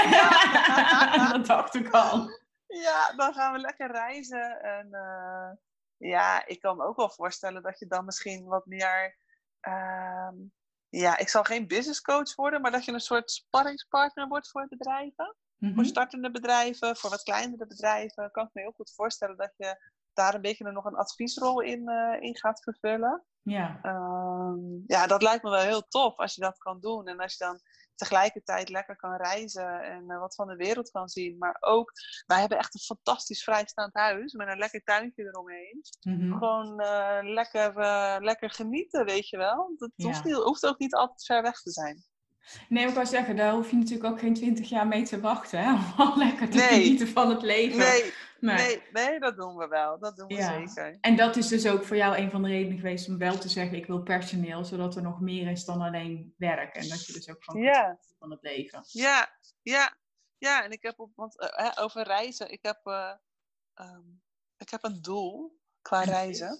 ja. Dat dacht ik al. Ja, dan gaan we lekker reizen. En uh, ja, ik kan me ook wel voorstellen dat je dan misschien wat meer... Uh, ja, ik zal geen business coach worden, maar dat je een soort sparringspartner wordt voor bedrijven. Mm-hmm. Voor startende bedrijven, voor wat kleinere bedrijven. Kan ik me heel goed voorstellen dat je daar een beetje nog een adviesrol in, uh, in gaat vervullen. Ja. Um, ja, dat lijkt me wel heel tof als je dat kan doen. En als je dan tegelijkertijd lekker kan reizen en uh, wat van de wereld kan zien. Maar ook, wij hebben echt een fantastisch vrijstaand huis met een lekker tuintje eromheen. Mm-hmm. Gewoon uh, lekker, uh, lekker genieten, weet je wel. Dat ja. hoeft, niet, hoeft ook niet altijd ver weg te zijn. Nee, ik wou zeggen, daar hoef je natuurlijk ook geen twintig jaar mee te wachten. Hè? Om al lekker te nee. genieten van het leven. Nee. Nee. Nee, nee, dat doen we wel. Dat doen we ja. zeker. En dat is dus ook voor jou een van de redenen geweest om wel te zeggen, ik wil personeel, zodat er nog meer is dan alleen werk. En dat je dus ook gewoon ja. van het leven. Ja, ja, ja. En ik heb op, want uh, over reizen, ik heb, uh, um, ik heb een doel qua reizen.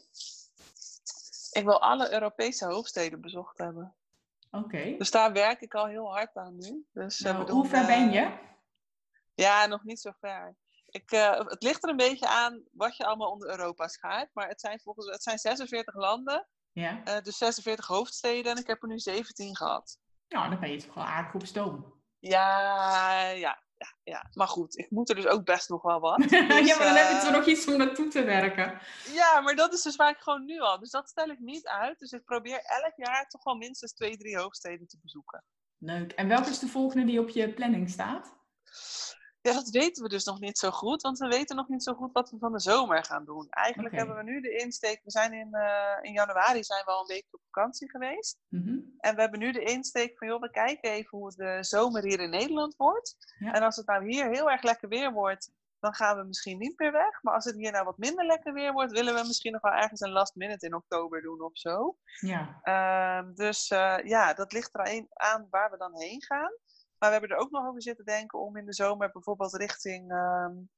Ik wil alle Europese hoofdsteden bezocht hebben. Oké. Okay. Dus daar werk ik al heel hard aan nu. Dus, nou, uh, we doen, hoe ver uh, ben je? Ja, nog niet zo ver. Ik, uh, het ligt er een beetje aan wat je allemaal onder Europa schaart. Maar het zijn, volgens, het zijn zesenveertig landen. Ja. Uh, dus zesenveertig hoofdsteden. En ik heb er nu zeventien gehad. Nou, dan ben je toch wel aardig op stoom. Ja, ja, ja, ja. Maar goed, ik moet er dus ook best nog wel wat. Dus, ja, maar dan uh, heb je toch uh, nog iets om naartoe te werken. Ja, maar dat is dus waar ik gewoon nu al. Dus dat stel ik niet uit. Dus ik probeer elk jaar toch wel minstens twee, drie hoofdsteden te bezoeken. Leuk. En welke is de volgende die op je planning staat? Ja, dat weten we dus nog niet zo goed, want we weten nog niet zo goed wat we van de zomer gaan doen. Eigenlijk okay. hebben we nu de insteek, we zijn in, uh, in januari zijn we al een week op vakantie geweest. Mm-hmm. En we hebben nu de insteek van, joh, we kijken even hoe de zomer hier in Nederland wordt. Ja. En als het nou hier heel erg lekker weer wordt, dan gaan we misschien niet meer weg. Maar als het hier nou wat minder lekker weer wordt, willen we misschien nog wel ergens een last minute in oktober doen of zo. Ja. Uh, dus uh, ja, dat ligt er aan waar we dan heen gaan. Maar we hebben er ook nog over zitten denken om in de zomer bijvoorbeeld richting um,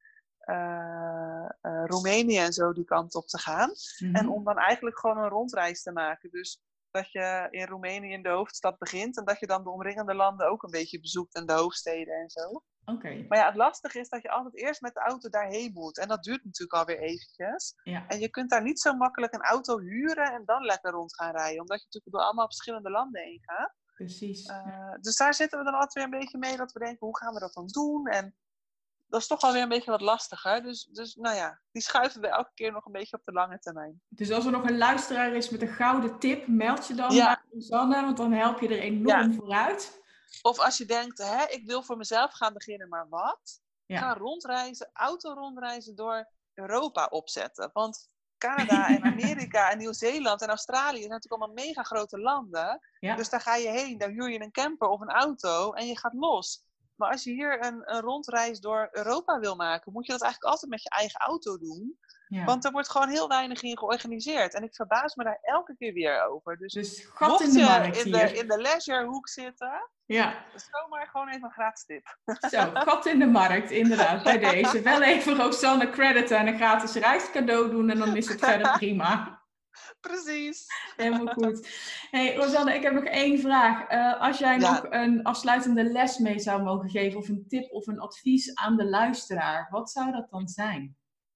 uh, uh, Roemenië en zo die kant op te gaan. Mm-hmm. En om dan eigenlijk gewoon een rondreis te maken. Dus dat je in Roemenië in de hoofdstad begint en dat je dan de omringende landen ook een beetje bezoekt en de hoofdsteden en zo. Okay. Maar ja, het lastige is dat je altijd eerst met de auto daarheen moet. En dat duurt natuurlijk alweer eventjes. Ja. En je kunt daar niet zo makkelijk een auto huren en dan lekker rond gaan rijden. Omdat je natuurlijk door allemaal verschillende landen heen gaat. Precies. Uh, ja. Dus daar zitten we dan altijd weer een beetje mee dat we denken, hoe gaan we dat dan doen? En dat is toch alweer een beetje wat lastiger. Dus, dus nou ja, die schuiven we elke keer nog een beetje op de lange termijn. Dus als er nog een luisteraar is met een gouden tip, meld je dan ja. bij Rosanne, want dan help je er enorm ja. vooruit. Of als je denkt, hè, ik wil voor mezelf gaan beginnen, maar wat? Ja. Ga rondreizen, auto rondreizen door Europa opzetten. Want Canada en Amerika en Nieuw-Zeeland en Australië zijn natuurlijk allemaal mega grote landen. Ja. Dus daar ga je heen, daar huur je een camper of een auto en je gaat los. Maar als je hier een, een rondreis door Europa wil maken, moet je dat eigenlijk altijd met je eigen auto doen. Ja. Want er wordt gewoon heel weinig in georganiseerd. En ik verbaas me daar elke keer weer over. Dus, dus gat mocht in de je markt in de, hier. in de leisurehoek zitten, ja. zomaar gewoon even een gratis tip. Zo, gat in de markt, inderdaad, bij deze. Wel even Rosanne crediten en een gratis reis cadeau doen en dan is het verder prima. Precies. Helemaal goed. Hey, Rosanne, ik heb nog één vraag. Uh, als jij ja. nog een afsluitende les mee zou mogen geven, of een tip of een advies aan de luisteraar, wat zou dat dan zijn?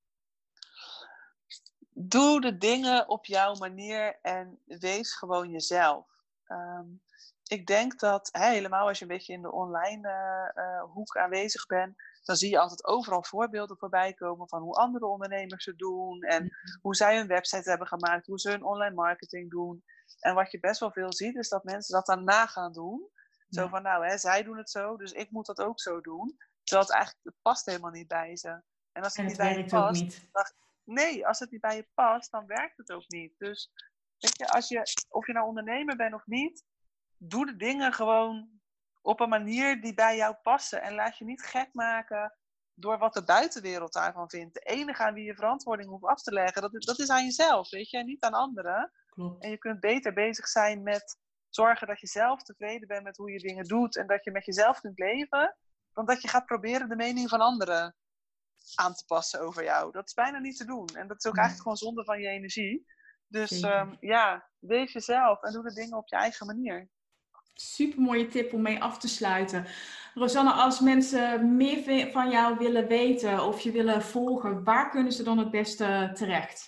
Doe de dingen op jouw manier en wees gewoon jezelf. Um, ik denk dat, hè, helemaal als je een beetje in de online uh, uh, hoek aanwezig bent, dan zie je altijd overal voorbeelden voorbij komen van hoe andere ondernemers het doen. En mm-hmm. hoe zij hun website hebben gemaakt, hoe ze hun online marketing doen. En wat je best wel veel ziet, is dat mensen dat dan na gaan doen. Ja. Zo van, nou, hè, zij doen het zo, dus ik moet dat ook zo doen. Terwijl het eigenlijk, het past helemaal niet bij ze. En als het, en het niet bij werkt je past, ook niet. Dan, nee, als het niet bij je past, dan werkt het ook niet. Dus weet je, als je, of je nou ondernemer bent of niet, doe de dingen gewoon op een manier die bij jou passen. En laat je niet gek maken door wat de buitenwereld daarvan vindt. De enige aan wie je verantwoording hoeft af te leggen, dat is, dat is aan jezelf, weet je, en niet aan anderen. Klopt. En je kunt beter bezig zijn met zorgen dat je zelf tevreden bent met hoe je dingen doet en dat je met jezelf kunt leven, dan dat je gaat proberen de mening van anderen aan te passen over jou. Dat is bijna niet te doen. En dat is ook nee. eigenlijk gewoon zonde van je energie. Dus um, ja, wees jezelf en doe de dingen op je eigen manier. Super mooie tip om mee af te sluiten. Rosanne, als mensen meer van jou willen weten of je willen volgen, waar kunnen ze dan het beste terecht?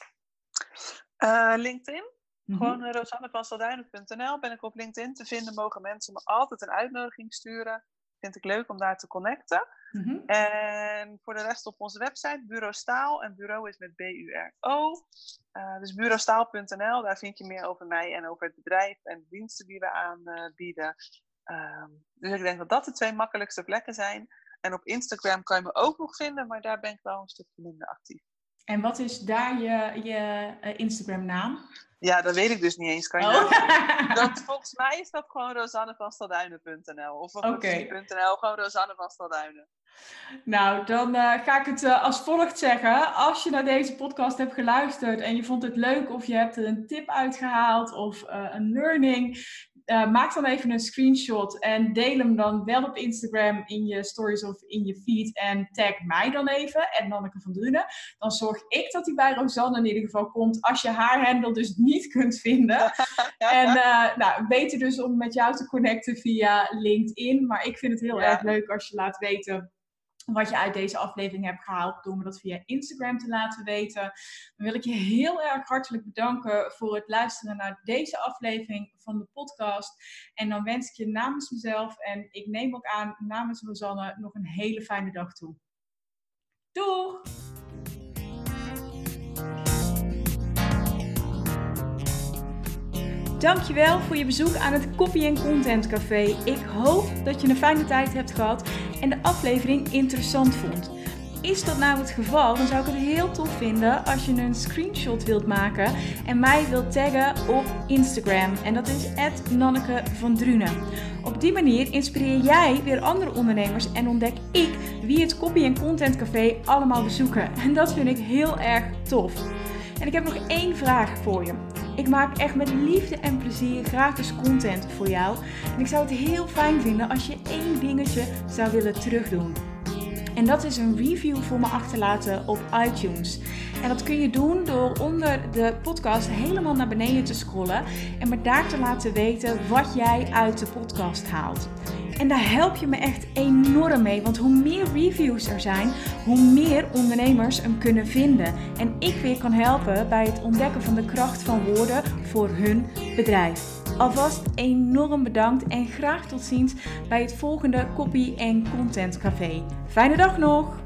Uh, LinkedIn. Mm-hmm. Gewoon uh, rosanne van stalduinen punt n l ben ik op LinkedIn te vinden. Mogen mensen me altijd een uitnodiging sturen. Vind ik leuk om daar te connecten. Mm-hmm. En voor de rest op onze website, Bureau Staal. En bureau is met B U R O. Uh, dus bureau staal punt n l, daar vind je meer over mij en over het bedrijf en de diensten die we aanbieden. Uh, dus ik denk dat dat de twee makkelijkste plekken zijn. En op Instagram kan je me ook nog vinden, maar daar ben ik wel een stukje minder actief. En wat is daar je, je uh, Instagram naam? Ja, dat weet ik dus niet eens. Kan je oh. dat, volgens mij is dat gewoon rosanne van stalduinen punt n l. Of op okay. punt n l, gewoon Rosanne van Stalduinen. Nou, dan uh, ga ik het uh, als volgt zeggen. Als je naar deze podcast hebt geluisterd en je vond het leuk of je hebt er een tip uitgehaald of uh, een learning, uh, maak dan even een screenshot en deel hem dan wel op Instagram in je stories of in je feed en tag mij dan even, en Nanneke van Drunen. Dan zorg ik dat hij bij Rosanne in ieder geval komt als je haar handle dus niet kunt vinden. En uh, nou, beter dus om met jou te connecten via LinkedIn. Maar ik vind het heel ja. erg leuk als je laat weten wat je uit deze aflevering hebt gehaald, door me dat via Instagram te laten weten. Dan wil ik je heel erg hartelijk bedanken voor het luisteren naar deze aflevering van de podcast. En dan wens ik je namens mezelf en ik neem ook aan namens Rosanne nog een hele fijne dag toe. Doeg! Dankjewel voor je bezoek aan het Copy en Content Café. Ik hoop dat je een fijne tijd hebt gehad en de aflevering interessant vond. Is dat nou het geval, dan zou ik het heel tof vinden als je een screenshot wilt maken en mij wilt taggen op Instagram. En dat is at Nanneke van Drunen. Op die manier inspireer jij weer andere ondernemers en ontdek ik wie het Copy en Content Café allemaal bezoeken. En dat vind ik heel erg tof. En ik heb nog één vraag voor je. Ik maak echt met liefde en plezier gratis content voor jou. En ik zou het heel fijn vinden als je één dingetje zou willen terugdoen. En dat is een review voor me achterlaten op iTunes. En dat kun je doen door onder de podcast helemaal naar beneden te scrollen en me daar te laten weten wat jij uit de podcast haalt. En daar help je me echt enorm mee, want hoe meer reviews er zijn, hoe meer ondernemers hem kunnen vinden. En ik weer kan helpen bij het ontdekken van de kracht van woorden voor hun bedrijf. Alvast enorm bedankt en graag tot ziens bij het volgende Copy en Content Café. Fijne dag nog!